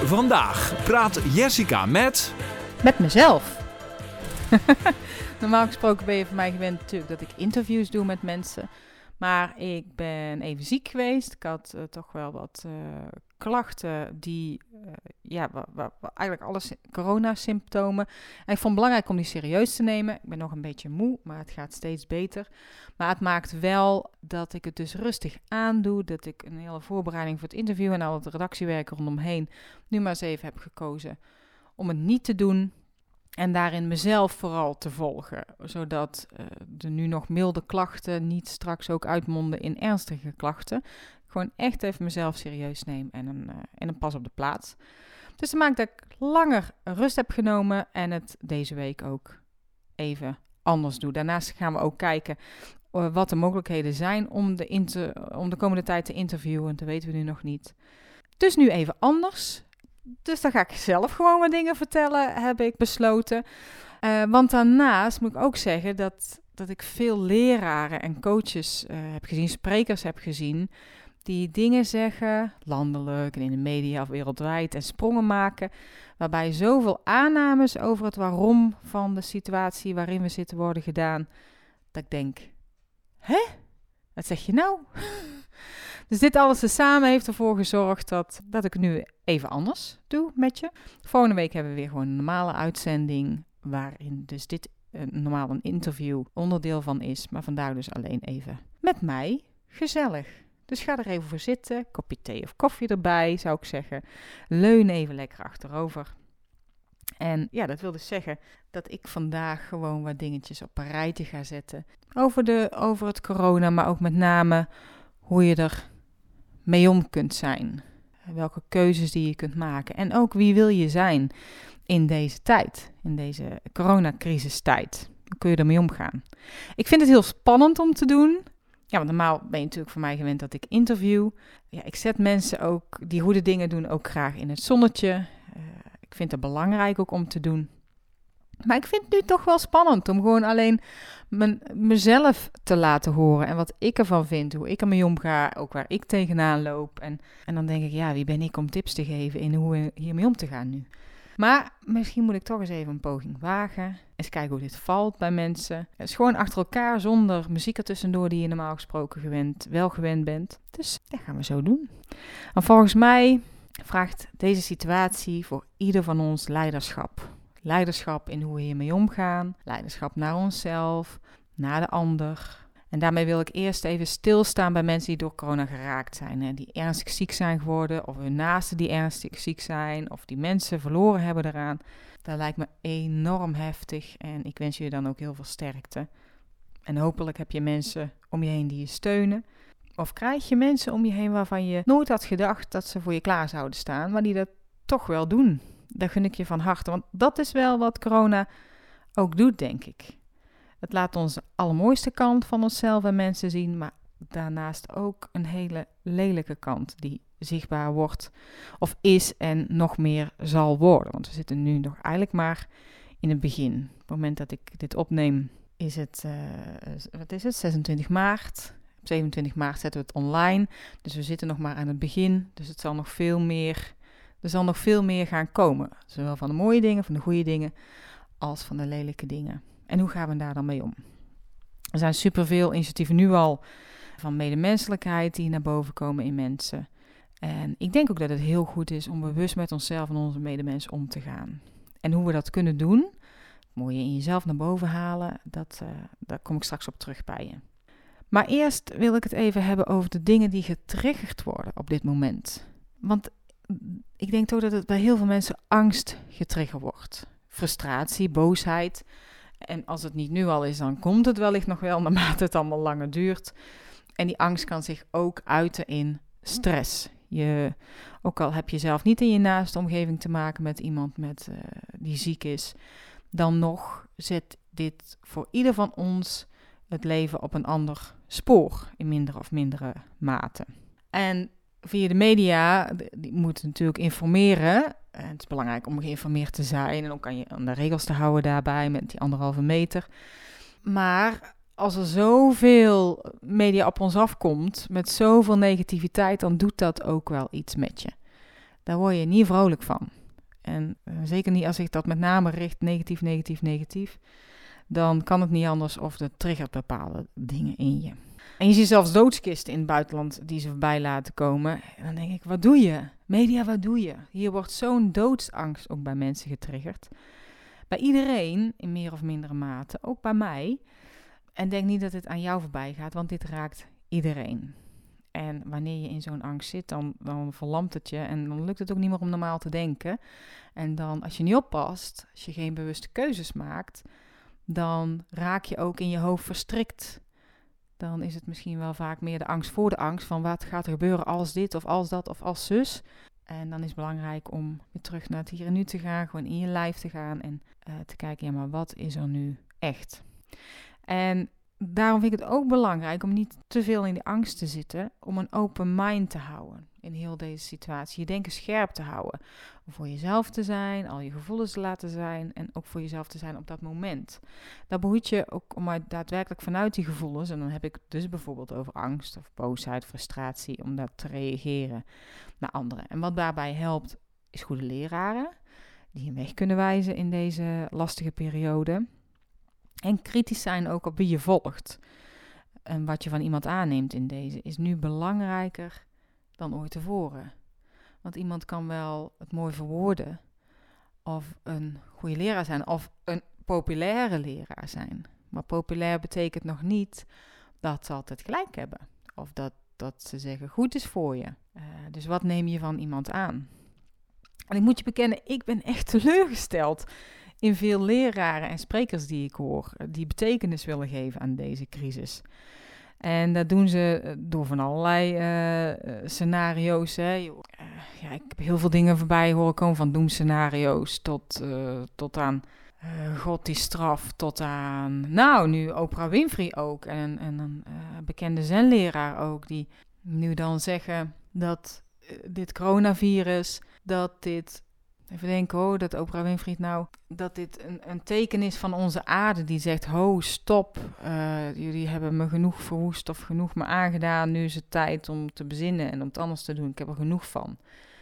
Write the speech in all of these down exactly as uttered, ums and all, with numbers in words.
Vandaag praat Jessica met... Met mezelf. Normaal gesproken ben je van mij gewend natuurlijk dat ik interviews doe met mensen. Maar ik ben even ziek geweest. Ik had uh, toch wel wat uh, klachten die, uh, ja, wa, wa, wa, eigenlijk alles coronasymptomen. En ik vond het belangrijk om die serieus te nemen. Ik ben nog een beetje moe, maar het gaat steeds beter. Maar het maakt wel dat ik het dus rustig aandoe. Dat ik een hele voorbereiding voor het interview en al het redactiewerk rondomheen nu maar eens even heb gekozen om het niet te doen. En daarin mezelf vooral te volgen, zodat uh, de nu nog milde klachten niet straks ook uitmonden in ernstige klachten. Gewoon echt even mezelf serieus neem en een, uh, en een pas op de plaats. Dus dat maakt dat ik langer rust heb genomen en het deze week ook even anders doe. Daarnaast gaan we ook kijken uh, wat de mogelijkheden zijn om de, inter- om de komende tijd te interviewen. Dat weten we nu nog niet. Dus nu even anders. Dus dan ga ik zelf gewoon wat dingen vertellen, heb ik besloten. Uh, want daarnaast moet ik ook zeggen dat, dat ik veel leraren en coaches uh, heb gezien, sprekers heb gezien, die dingen zeggen, landelijk en in de media of wereldwijd, en sprongen maken, waarbij zoveel aannames over het waarom van de situatie waarin we zitten worden gedaan, dat ik denk, hè? Wat zeg je nou? Dus dit alles tezamen heeft ervoor gezorgd dat, dat ik het nu even anders doe met je. Volgende week hebben we weer gewoon een normale uitzending, waarin dus dit uh, normaal een interview onderdeel van is, maar vandaag dus alleen even met mij. Gezellig. Dus ga er even voor zitten, kopje thee of koffie erbij, zou ik zeggen. Leun even lekker achterover. En ja, dat wil dus zeggen dat ik vandaag gewoon wat dingetjes op een rijtje ga zetten. Over, de, over het corona, maar ook met name hoe je er mee om kunt zijn. Welke keuzes die je kunt maken. En ook wie wil je zijn in deze tijd. In deze coronacrisistijd. Hoe kun je ermee omgaan? Ik vind het heel spannend om te doen. Ja, want normaal ben je natuurlijk van mij gewend dat ik interview. Ja, ik zet mensen ook die goede dingen doen ook graag in het zonnetje. Uh, ik vind het belangrijk ook om te doen. Maar ik vind het nu toch wel spannend om gewoon alleen mijn, mezelf te laten horen. En wat ik ervan vind, hoe ik ermee omga, ook waar ik tegenaan loop. En, en dan denk ik, ja, wie ben ik om tips te geven in hoe we hiermee om te gaan nu? Maar misschien moet ik toch eens even een poging wagen. Eens kijken hoe dit valt bij mensen. Het is gewoon achter elkaar zonder muziek ertussendoor die je normaal gesproken gewend, wel gewend bent. Dus dat gaan we zo doen. En volgens mij vraagt deze situatie voor ieder van ons leiderschap. Leiderschap in hoe we hiermee omgaan. Leiderschap naar onszelf, naar de ander. En daarmee wil ik eerst even stilstaan bij mensen die door corona geraakt zijn. Hè, die ernstig ziek zijn geworden, of hun naasten die ernstig ziek zijn, of die mensen verloren hebben eraan. Dat lijkt me enorm heftig en ik wens je dan ook heel veel sterkte. En hopelijk heb je mensen om je heen die je steunen. Of krijg je mensen om je heen waarvan je nooit had gedacht dat ze voor je klaar zouden staan, maar die dat toch wel doen. Daar gun ik je van harte, want dat is wel wat corona ook doet, denk ik. Het laat ons de allermooiste kant van onszelf en mensen zien, maar daarnaast ook een hele lelijke kant die zichtbaar wordt of is en nog meer zal worden. Want we zitten nu nog eigenlijk maar in het begin. Op het moment dat ik dit opneem is het, uh, wat is het, zesentwintig maart. Op zevenentwintig maart zetten we het online, dus we zitten nog maar aan het begin. Dus het zal nog veel meer, er zal nog veel meer gaan komen. Zowel van de mooie dingen, van de goede dingen, als van de lelijke dingen. En hoe gaan we daar dan mee om? Er zijn superveel initiatieven nu al van medemenselijkheid die naar boven komen in mensen. En ik denk ook dat het heel goed is om bewust met onszelf en onze medemensen om te gaan. En hoe we dat kunnen doen, het mooie in jezelf naar boven halen, dat, uh, daar kom ik straks op terug bij je. Maar eerst wil ik het even hebben over de dingen die getriggerd worden op dit moment. Want ik denk toch dat het bij heel veel mensen angst getriggerd wordt. Frustratie, boosheid. En als het niet nu al is, dan komt het wellicht nog wel, naarmate het allemaal langer duurt. En die angst kan zich ook uiten in stress. Je, ook al heb je zelf niet in je naaste omgeving te maken met iemand met, uh, die ziek is, dan nog zet dit voor ieder van ons het leven op een ander spoor, in minder of mindere mate. En via de media, die moet natuurlijk informeren. En het is belangrijk om geïnformeerd te zijn en ook aan, je, aan de regels te houden daarbij met die anderhalve meter. Maar als er zoveel media op ons afkomt, met zoveel negativiteit, dan doet dat ook wel iets met je. daar word je niet vrolijk van. En uh, zeker niet als ik dat met name richt, negatief, negatief, negatief. Dan kan het niet anders of het triggert bepaalde dingen in je. En je ziet zelfs doodskisten in het buitenland die ze voorbij laten komen. En dan denk ik, wat doe je? Media, wat doe je? Hier wordt zo'n doodsangst ook bij mensen getriggerd. Bij iedereen, in meer of mindere mate, ook bij mij. En denk niet dat het aan jou voorbij gaat, want dit raakt iedereen. En wanneer je in zo'n angst zit, dan, dan verlamt het je en dan lukt het ook niet meer om normaal te denken. En dan, als je niet oppast, als je geen bewuste keuzes maakt, dan raak je ook in je hoofd verstrikt. Dan is het misschien wel vaak meer de angst voor de angst van wat gaat er gebeuren als dit of als dat of als zus. En dan is het belangrijk om weer terug naar het hier en nu te gaan, gewoon in je lijf te gaan en uh, te kijken, ja, maar wat is er nu echt? En daarom vind ik het ook belangrijk om niet te veel in de angst te zitten, om een open mind te houden in heel deze situatie. Je denken scherp te houden, om voor jezelf te zijn, al je gevoelens te laten zijn en ook voor jezelf te zijn op dat moment. Daar behoed je ook om uit, daadwerkelijk vanuit die gevoelens, en dan heb ik dus bijvoorbeeld over angst of boosheid, frustratie, om dat te reageren naar anderen. En wat daarbij helpt, is goede leraren, die een weg kunnen wijzen in deze lastige periode. En kritisch zijn ook op wie je volgt. En wat je van iemand aanneemt in deze is nu belangrijker dan ooit tevoren. Want iemand kan wel het mooi verwoorden of een goede leraar zijn of een populaire leraar zijn. Maar populair betekent nog niet dat ze altijd gelijk hebben. Of dat, dat ze zeggen goed is voor je. Uh, dus wat neem je van iemand aan? En ik moet je bekennen, ik ben echt teleurgesteld in veel leraren en sprekers die ik hoor, die betekenis willen geven aan deze crisis. En dat doen ze door van allerlei uh, scenario's. Hè. Uh, ja, ik heb heel veel dingen voorbij horen komen, van doemscenario's tot, uh, tot aan uh, God die straf, tot aan, nou, nu Oprah Winfrey ook. En, en een uh, bekende zenleraar ook, die nu dan zeggen dat uh, dit coronavirus, dat dit... Even denken, oh, dat Oprah Winfrey nou, dat dit een, een teken is van onze aarde die zegt, ho, stop, uh, jullie hebben me genoeg verwoest of genoeg me aangedaan, nu is het tijd om te bezinnen en om het anders te doen, ik heb er genoeg van.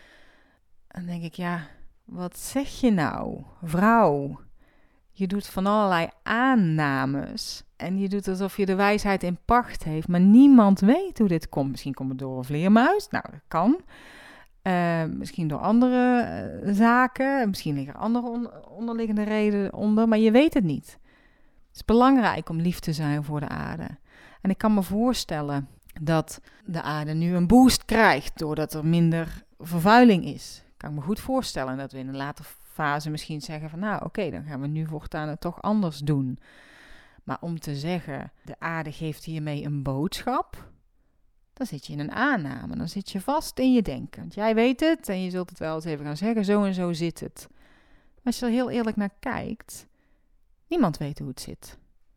Dan denk ik, ja, wat zeg je nou, vrouw? Je doet van allerlei aannames en je doet alsof je de wijsheid in pacht heeft, maar niemand weet hoe dit komt. Misschien komt het door een vleermuis, nou, dat kan. Uh, misschien door andere uh, zaken, misschien liggen er andere on- onderliggende redenen onder, maar je weet het niet. Het is belangrijk om lief te zijn voor de aarde. En ik kan me voorstellen dat de aarde nu een boost krijgt doordat er minder vervuiling is. Ik kan me goed voorstellen dat we in een later fase misschien zeggen van nou oké, okay, dan gaan we nu voortaan het toch anders doen. Maar om te zeggen, de aarde geeft hiermee een boodschap, dan zit je in een aanname, dan zit je vast in je denken. Want jij weet het en je zult het wel eens even gaan zeggen, zo en zo zit het. Maar als je er heel eerlijk naar kijkt, niemand weet hoe het zit.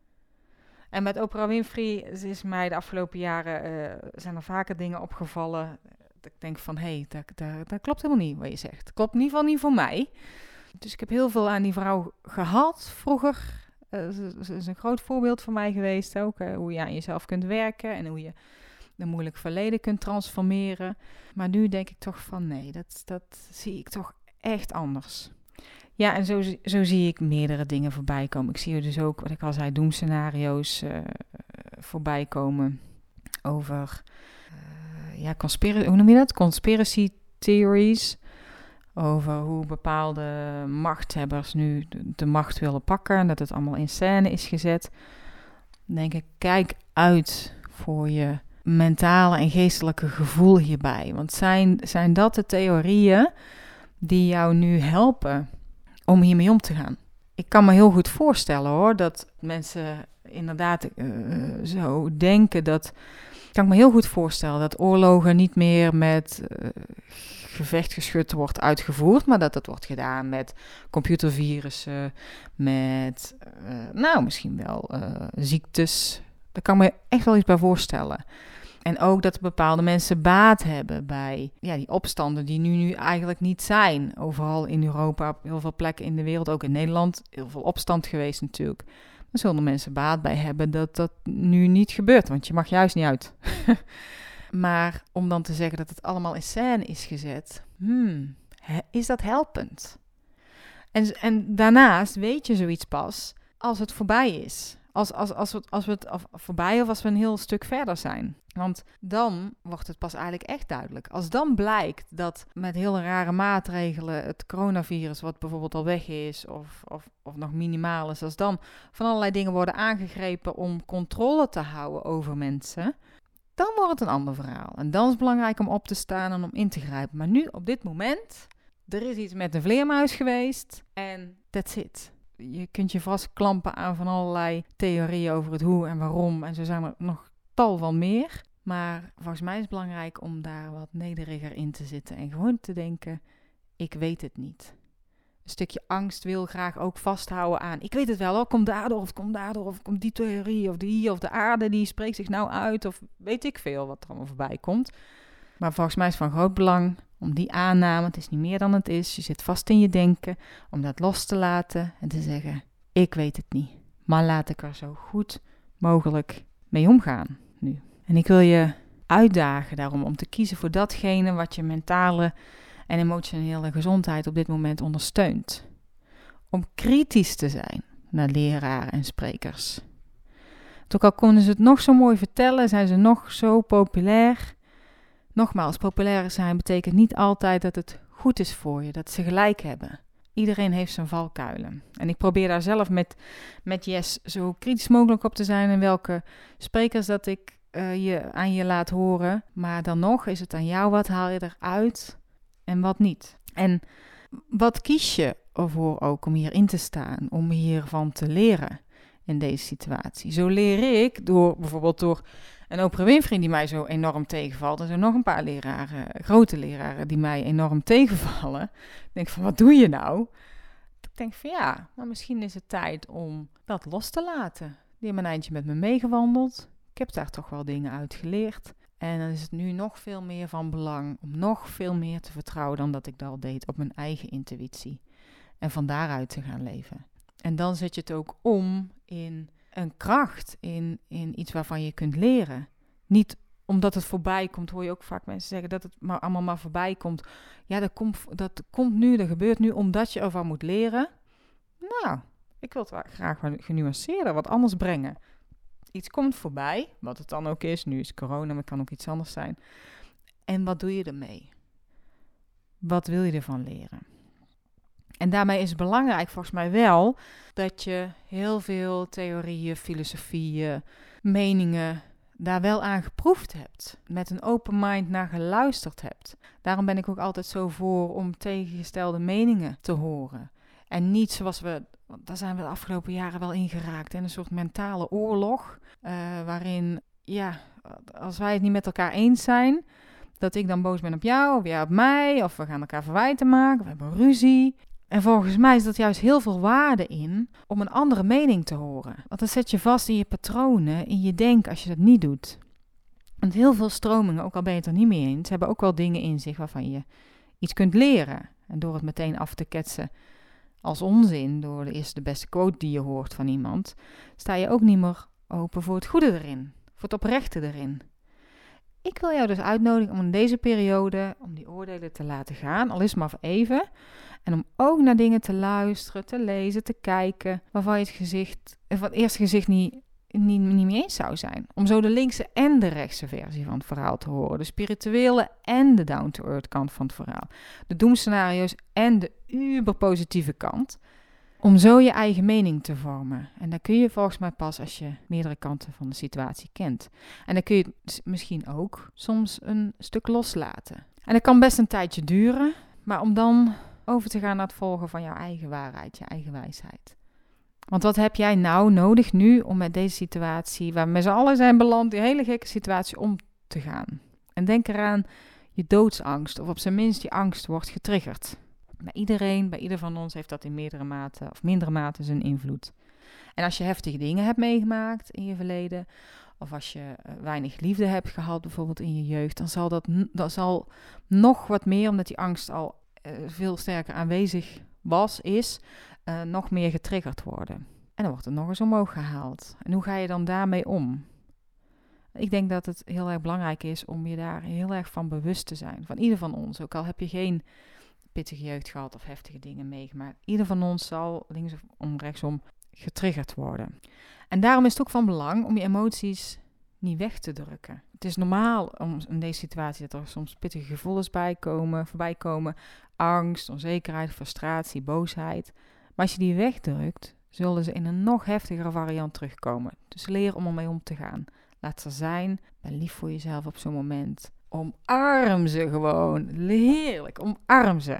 En met Oprah Winfrey is mij de afgelopen jaren, uh, zijn er vaker dingen opgevallen. Dat ik denk van, hé, hey, dat, dat, dat klopt helemaal niet wat je zegt. Dat klopt in ieder geval niet voor mij. Dus ik heb heel veel aan die vrouw gehad vroeger. Uh, ze is een groot voorbeeld voor mij geweest ook. Uh, hoe je aan jezelf kunt werken en hoe je een moeilijk verleden kunt transformeren. Maar nu denk ik toch van nee, dat, dat zie ik toch echt anders. Ja, en zo, zo zie ik meerdere dingen voorbij komen. Ik zie er dus ook, wat ik al zei, doemscenario's uh, voorbij komen over, uh, ja, conspiracy, hoe noem je dat? Conspiracy theories. Over hoe bepaalde machthebbers nu de, de macht willen pakken. En dat het allemaal in scène is gezet. Dan denk ik, kijk uit voor je mentale en geestelijke gevoel hierbij. Want zijn, zijn dat de theorieën die jou nu helpen om hiermee om te gaan? Ik kan me heel goed voorstellen hoor, dat mensen inderdaad uh, zo denken dat... Ik kan me heel goed voorstellen dat oorlogen niet meer met uh, gevechtgeschut wordt uitgevoerd, maar dat het wordt gedaan met computervirussen, met, uh, nou, misschien wel uh, ziektes. Daar kan ik me echt wel iets bij voorstellen. En ook dat bepaalde mensen baat hebben bij ja, die opstanden die nu, nu eigenlijk niet zijn. Overal in Europa, op heel veel plekken in de wereld, ook in Nederland, heel veel opstand geweest natuurlijk. Dan zullen mensen baat bij hebben dat dat nu niet gebeurt, want je mag juist niet uit. Maar om dan te zeggen dat het allemaal in scène is gezet, hmm, is dat helpend? En, en daarnaast weet je zoiets pas als het voorbij is. Als, als, als, we, als we het af, voorbij of als we een heel stuk verder zijn. Want dan wordt het pas eigenlijk echt duidelijk. Als dan blijkt dat met hele rare maatregelen het coronavirus, wat bijvoorbeeld al weg is of, of, of nog minimaal is, als dan van allerlei dingen worden aangegrepen om controle te houden over mensen, dan wordt het een ander verhaal. En dan is het belangrijk om op te staan en om in te grijpen. Maar nu, op dit moment, er is iets met een vleermuis geweest en that's it. Je kunt je vastklampen aan van allerlei theorieën over het hoe en waarom. En zo zijn er nog tal van meer. Maar volgens mij is het belangrijk om daar wat nederiger in te zitten. En gewoon te denken, ik weet het niet. Een stukje angst wil graag ook vasthouden aan, ik weet het wel, hoor, komt daardoor of komt daardoor of komt die theorie of die of de aarde die spreekt zich nou uit. Of weet ik veel wat er allemaal voorbij komt. Maar volgens mij is het van groot belang om die aanname, het is niet meer dan het is, je zit vast in je denken, om dat los te laten en te zeggen, ik weet het niet, maar laat ik er zo goed mogelijk mee omgaan nu. En ik wil je uitdagen daarom om te kiezen voor datgene wat je mentale en emotionele gezondheid op dit moment ondersteunt. Om kritisch te zijn naar leraren en sprekers. Ook al konden ze het nog zo mooi vertellen, zijn ze nog zo populair. Nogmaals, populair zijn betekent niet altijd dat het goed is voor je, dat ze gelijk hebben. Iedereen heeft zijn valkuilen. En ik probeer daar zelf met, met Jess zo kritisch mogelijk op te zijn en welke sprekers dat ik uh, je, aan je laat horen. Maar dan nog is het aan jou, wat haal je eruit en wat niet. En wat kies je ervoor ook om hierin te staan, om hiervan te leren in deze situatie. Zo leer ik door bijvoorbeeld door een Oprah Winfrey die mij zo enorm tegenvalt. Er zijn nog een paar leraren, grote leraren die mij enorm tegenvallen. Ik denk van, wat doe je nou? Ik denk van ja, maar misschien is het tijd om dat los te laten. Die hebben een eindje met me meegewandeld. Ik heb daar toch wel dingen uit geleerd. En dan is het nu nog veel meer van belang om nog veel meer te vertrouwen dan dat ik dat al deed op mijn eigen intuïtie. En van daaruit te gaan leven. En dan zet je het ook om in een kracht, in, in iets waarvan je kunt leren. Niet omdat het voorbij komt, hoor je ook vaak mensen zeggen dat het maar allemaal maar voorbij komt. Ja, dat komt, dat komt nu, dat gebeurt nu omdat je ervan moet leren. Nou, ik wil het wel graag wat genuanceerder, wat anders brengen. Iets komt voorbij, wat het dan ook is. Nu is corona, maar het kan ook iets anders zijn. En wat doe je ermee? Wat wil je ervan leren? En daarmee is het belangrijk volgens mij wel dat je heel veel theorieën, filosofieën, meningen daar wel aan geproefd hebt. Met een open mind naar geluisterd hebt. Daarom ben ik ook altijd zo voor om tegengestelde meningen te horen. En niet zoals we, daar zijn we de afgelopen jaren wel in geraakt. In een soort mentale oorlog. Uh, waarin, ja, als wij het niet met elkaar eens zijn, dat ik dan boos ben op jou of jij op mij. Of we gaan elkaar verwijten maken, we hebben ruzie. En volgens mij is dat juist heel veel waarde in om een andere mening te horen. Want dan zet je vast in je patronen, in je denken als je dat niet doet. Want heel veel stromingen, ook al ben je het er niet mee eens, hebben ook wel dingen in zich waarvan je iets kunt leren. En door het meteen af te ketsen als onzin, door de eerste de beste quote die je hoort van iemand, sta je ook niet meer open voor het goede erin, voor het oprechte erin. Ik wil jou dus uitnodigen om in deze periode, om die oordelen te laten gaan, al is het maar voor even. En om ook naar dingen te luisteren, te lezen, te kijken, waarvan je het gezicht, van het eerste gezicht niet, niet, niet mee eens zou zijn. Om zo de linkse en de rechtse versie van het verhaal te horen. De spirituele en de down-to-earth kant van het verhaal. De doemscenario's en de uberpositieve kant. Om zo je eigen mening te vormen. En dat kun je volgens mij pas als je meerdere kanten van de situatie kent. En dan kun je misschien ook soms een stuk loslaten. En dat kan best een tijdje duren, maar om dan over te gaan naar het volgen van jouw eigen waarheid, je eigen wijsheid. Want wat heb jij nou nodig nu om met deze situatie, waar we met z'n allen zijn beland, die hele gekke situatie om te gaan? En denk eraan je doodsangst, of op zijn minst die angst wordt getriggerd. Bij iedereen, bij ieder van ons heeft dat in meerdere mate of mindere mate zijn invloed. En als je heftige dingen hebt meegemaakt in je verleden, of als je weinig liefde hebt gehad bijvoorbeeld in je jeugd, dan zal dat, dat zal nog wat meer, omdat die angst al uh, veel sterker aanwezig was, is, uh, nog meer getriggerd worden. En dan wordt het nog eens omhoog gehaald. En hoe ga je dan daarmee om? Ik denk dat het heel erg belangrijk is om je daar heel erg van bewust te zijn. Van ieder van ons. Ook al heb je geen pittige jeugd gehad of heftige dingen meegemaakt. Ieder van ons zal linksom rechtsom getriggerd worden. En daarom is het ook van belang om je emoties niet weg te drukken. Het is normaal om in deze situatie dat er soms pittige gevoelens bij komen, voorbij komen. Angst, onzekerheid, frustratie, boosheid. Maar als je die wegdrukt, zullen ze in een nog heftigere variant terugkomen. Dus leer om ermee om te gaan. Laat ze zijn. Ben lief voor jezelf op zo'n moment. Omarm ze gewoon. Heerlijk, omarm ze.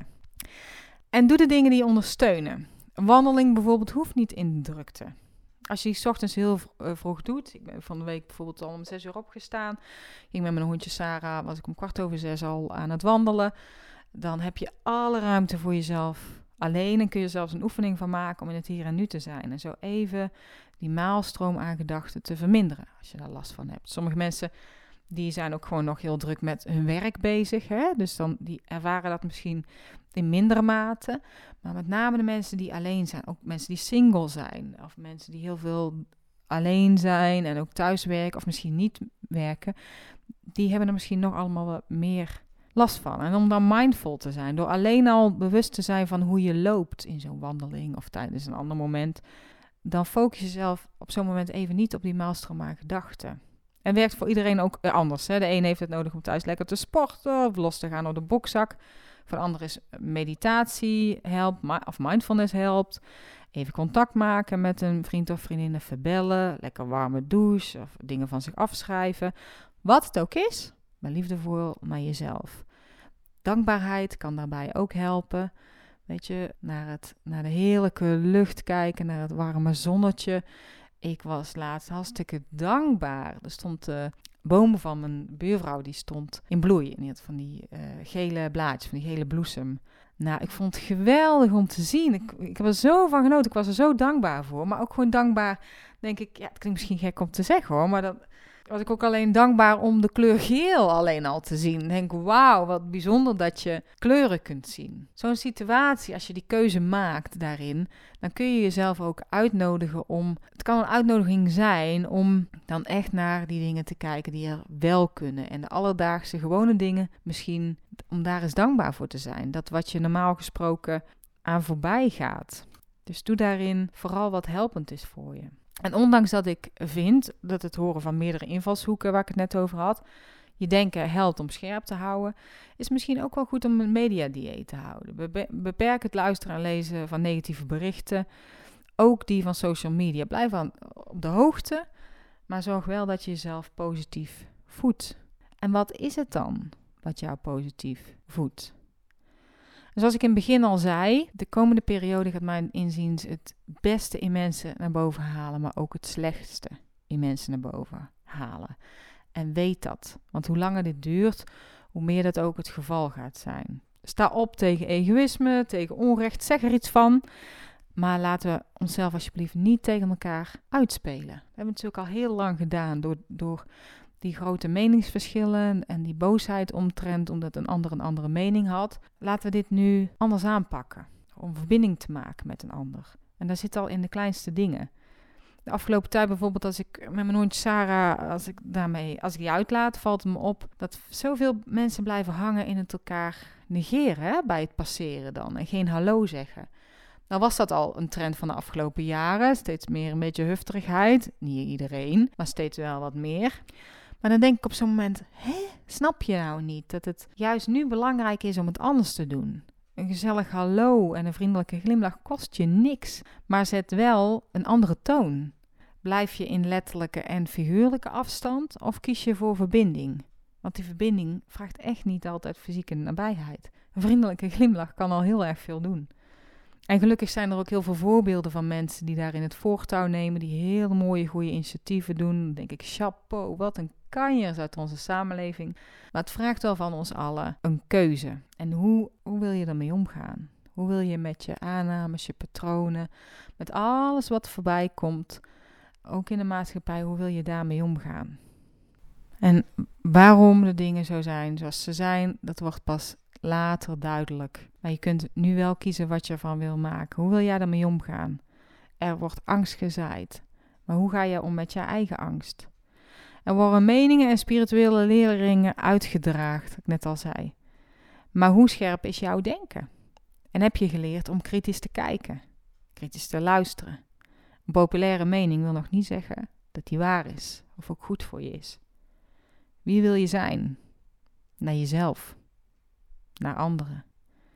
En doe de dingen die je ondersteunen. Een wandeling bijvoorbeeld hoeft niet in de drukte. Als je die 's ochtends heel vroeg doet. Ik ben van de week bijvoorbeeld al om zes uur opgestaan. Ging met mijn hondje Sarah, was ik om kwart over zes al aan het wandelen. Dan heb je alle ruimte voor jezelf alleen. En kun je zelfs een oefening van maken om in het hier en nu te zijn. En zo even die maalstroom aan gedachten te verminderen. Als je daar last van hebt. Sommige mensen die zijn ook gewoon nog heel druk met hun werk bezig. Hè? Dus dan die ervaren dat misschien in mindere mate. Maar met name de mensen die alleen zijn. Ook mensen die single zijn. Of mensen die heel veel alleen zijn en ook thuis werken. Of misschien niet werken. Die hebben er misschien nog allemaal wat meer last van. En om dan mindful te zijn. Door alleen al bewust te zijn van hoe je loopt in zo'n wandeling. Of tijdens een ander moment. Dan focus je jezelf op zo'n moment even niet op die maalstroom aan gedachten. En werkt voor iedereen ook anders. Hè? De een heeft het nodig om thuis lekker te sporten of los te gaan op de bokzak. Voor de ander is meditatie helpt, of mindfulness helpt. Even contact maken met een vriend of vriendin, verbellen. Lekker warme douche of dingen van zich afschrijven. Wat het ook is, maar liefdevol naar jezelf. Dankbaarheid kan daarbij ook helpen. Weet je, naar, het, naar de heerlijke lucht kijken, naar het warme zonnetje. Ik was laatst hartstikke dankbaar. Er stond de boom van mijn buurvrouw, die stond in bloei. En die had van die uh, gele blaadjes, van die gele bloesem. Nou, ik vond het geweldig om te zien. Ik, ik heb er zo van genoten. Ik was er zo dankbaar voor. Maar ook gewoon dankbaar, denk ik, ja, het klinkt misschien gek om te zeggen hoor, maar dat was ik ook alleen dankbaar om de kleur geel alleen al te zien. Ik denk, wauw, wat bijzonder dat je kleuren kunt zien. Zo'n situatie, als je die keuze maakt daarin, dan kun je jezelf ook uitnodigen om, het kan een uitnodiging zijn om dan echt naar die dingen te kijken die er wel kunnen. En de alledaagse gewone dingen misschien, om daar eens dankbaar voor te zijn. Dat wat je normaal gesproken aan voorbij gaat. Dus doe daarin vooral wat helpend is voor je. En ondanks dat ik vind dat het horen van meerdere invalshoeken, waar ik het net over had, je denken helpt om scherp te houden, is misschien ook wel goed om een mediadieet te houden. Be- beperk het luisteren en lezen van negatieve berichten, ook die van social media. Blijf aan op de hoogte, maar zorg wel dat je jezelf positief voedt. En wat is het dan wat jou positief voedt? Zoals ik in het begin al zei, de komende periode gaat mijn inziens het beste in mensen naar boven halen, maar ook het slechtste in mensen naar boven halen. En weet dat, want hoe langer dit duurt, hoe meer dat ook het geval gaat zijn. Sta op tegen egoïsme, tegen onrecht, zeg er iets van, maar laten we onszelf alsjeblieft niet tegen elkaar uitspelen. Dat hebben we natuurlijk al heel lang gedaan door... door die grote meningsverschillen en die boosheid omtrent omdat een ander een andere mening had. Laten we dit nu anders aanpakken. Om verbinding te maken met een ander. En dat zit al in de kleinste dingen. De afgelopen tijd bijvoorbeeld als ik met mijn hondje Sarah, als ik daarmee, als ik die uitlaat, valt het me op dat zoveel mensen blijven hangen in het elkaar negeren, hè, bij het passeren dan. En geen hallo zeggen. Nou was dat al een trend van de afgelopen jaren. Steeds meer een beetje hufterigheid. Niet iedereen, maar steeds wel wat meer. Maar dan denk ik op zo'n moment, hé, snap je nou niet dat het juist nu belangrijk is om het anders te doen? Een gezellig hallo en een vriendelijke glimlach kost je niks, maar zet wel een andere toon. Blijf je in letterlijke en figuurlijke afstand of kies je voor verbinding? Want die verbinding vraagt echt niet altijd fysieke nabijheid. Een vriendelijke glimlach kan al heel erg veel doen. En gelukkig zijn er ook heel veel voorbeelden van mensen die daarin het voortouw nemen, die hele mooie, goede initiatieven doen. Dan denk ik, chapeau, wat een kanjers uit onze samenleving. Maar het vraagt wel van ons allen een keuze. En hoe, hoe wil je ermee omgaan? Hoe wil je met je aannames, je patronen, met alles wat voorbij komt, ook in de maatschappij, hoe wil je daarmee omgaan? En waarom de dingen zo zijn zoals ze zijn, dat wordt pas later duidelijk. Maar je kunt nu wel kiezen wat je ervan wil maken. Hoe wil jij daarmee omgaan? Er wordt angst gezaaid. Maar hoe ga je om met je eigen angst? Er worden meningen en spirituele leringen uitgedraagd, wat ik net al zei. Maar hoe scherp is jouw denken? En heb je geleerd om kritisch te kijken, kritisch te luisteren? Een populaire mening wil nog niet zeggen dat die waar is of ook goed voor je is. Wie wil je zijn? Naar jezelf, naar anderen.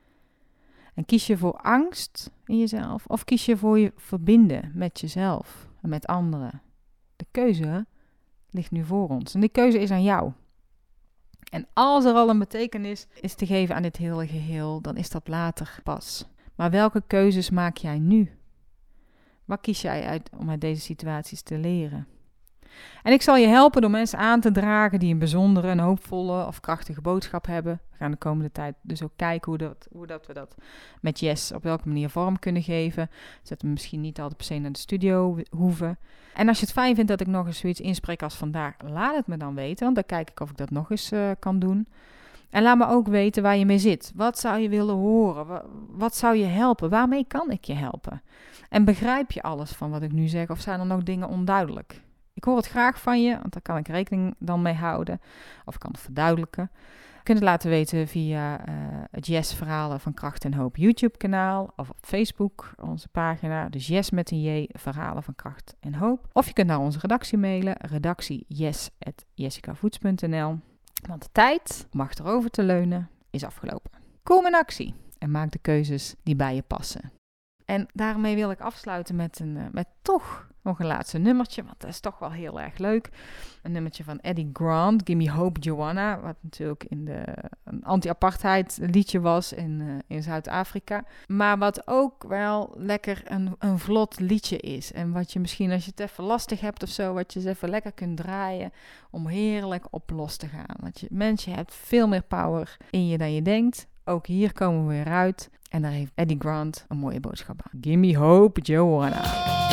En kies je voor angst in jezelf of kies je voor je verbinden met jezelf en met anderen? De keuze ligt nu voor ons en die keuze is aan jou. En als er al een betekenis is te geven aan dit hele geheel, dan is dat later pas. Maar welke keuzes maak jij nu? Wat kies jij uit om uit deze situaties te leren? En ik zal je helpen door mensen aan te dragen die een bijzondere, een hoopvolle of krachtige boodschap hebben. We gaan de komende tijd dus ook kijken hoe, dat, hoe dat we dat met Jess op welke manier vorm kunnen geven. Zodat we misschien niet altijd per se naar de studio hoeven. En als je het fijn vindt dat ik nog eens zoiets inspreek als vandaag, laat het me dan weten. Want dan kijk ik of ik dat nog eens uh, kan doen. En laat me ook weten waar je mee zit. Wat zou je willen horen? Wat, wat zou je helpen? Waarmee kan ik je helpen? En begrijp je alles van wat ik nu zeg? Of zijn er nog dingen onduidelijk? Ik hoor het graag van je, want daar kan ik rekening dan mee houden. Of ik kan het verduidelijken. Je kunt het laten weten via uh, het Jess Verhalen van Kracht en Hoop YouTube kanaal. Of op Facebook, onze pagina. Dus Jess met een J, Verhalen van Kracht en Hoop. Of je kunt naar onze redactie mailen. Redactie jess at jessicavoets punt n l. Want de tijd om achterover te leunen is afgelopen. Kom in actie en maak de keuzes die bij je passen. En daarmee wil ik afsluiten met, een, uh, met toch nog een laatste nummertje, want dat is toch wel heel erg leuk. Een nummertje van Eddie Grant, Gimme Hope Joanna, wat natuurlijk in de, een anti-apartheid liedje was in, uh, in Zuid-Afrika. Maar wat ook wel lekker een, een vlot liedje is. En wat je misschien als je het even lastig hebt of zo, wat je eens even lekker kunt draaien om heerlijk op los te gaan. Want je, mens, je hebt veel meer power in je dan je denkt. Ook hier komen we weer uit. En daar heeft Eddie Grant een mooie boodschap aan. Gimme Hope Joanna.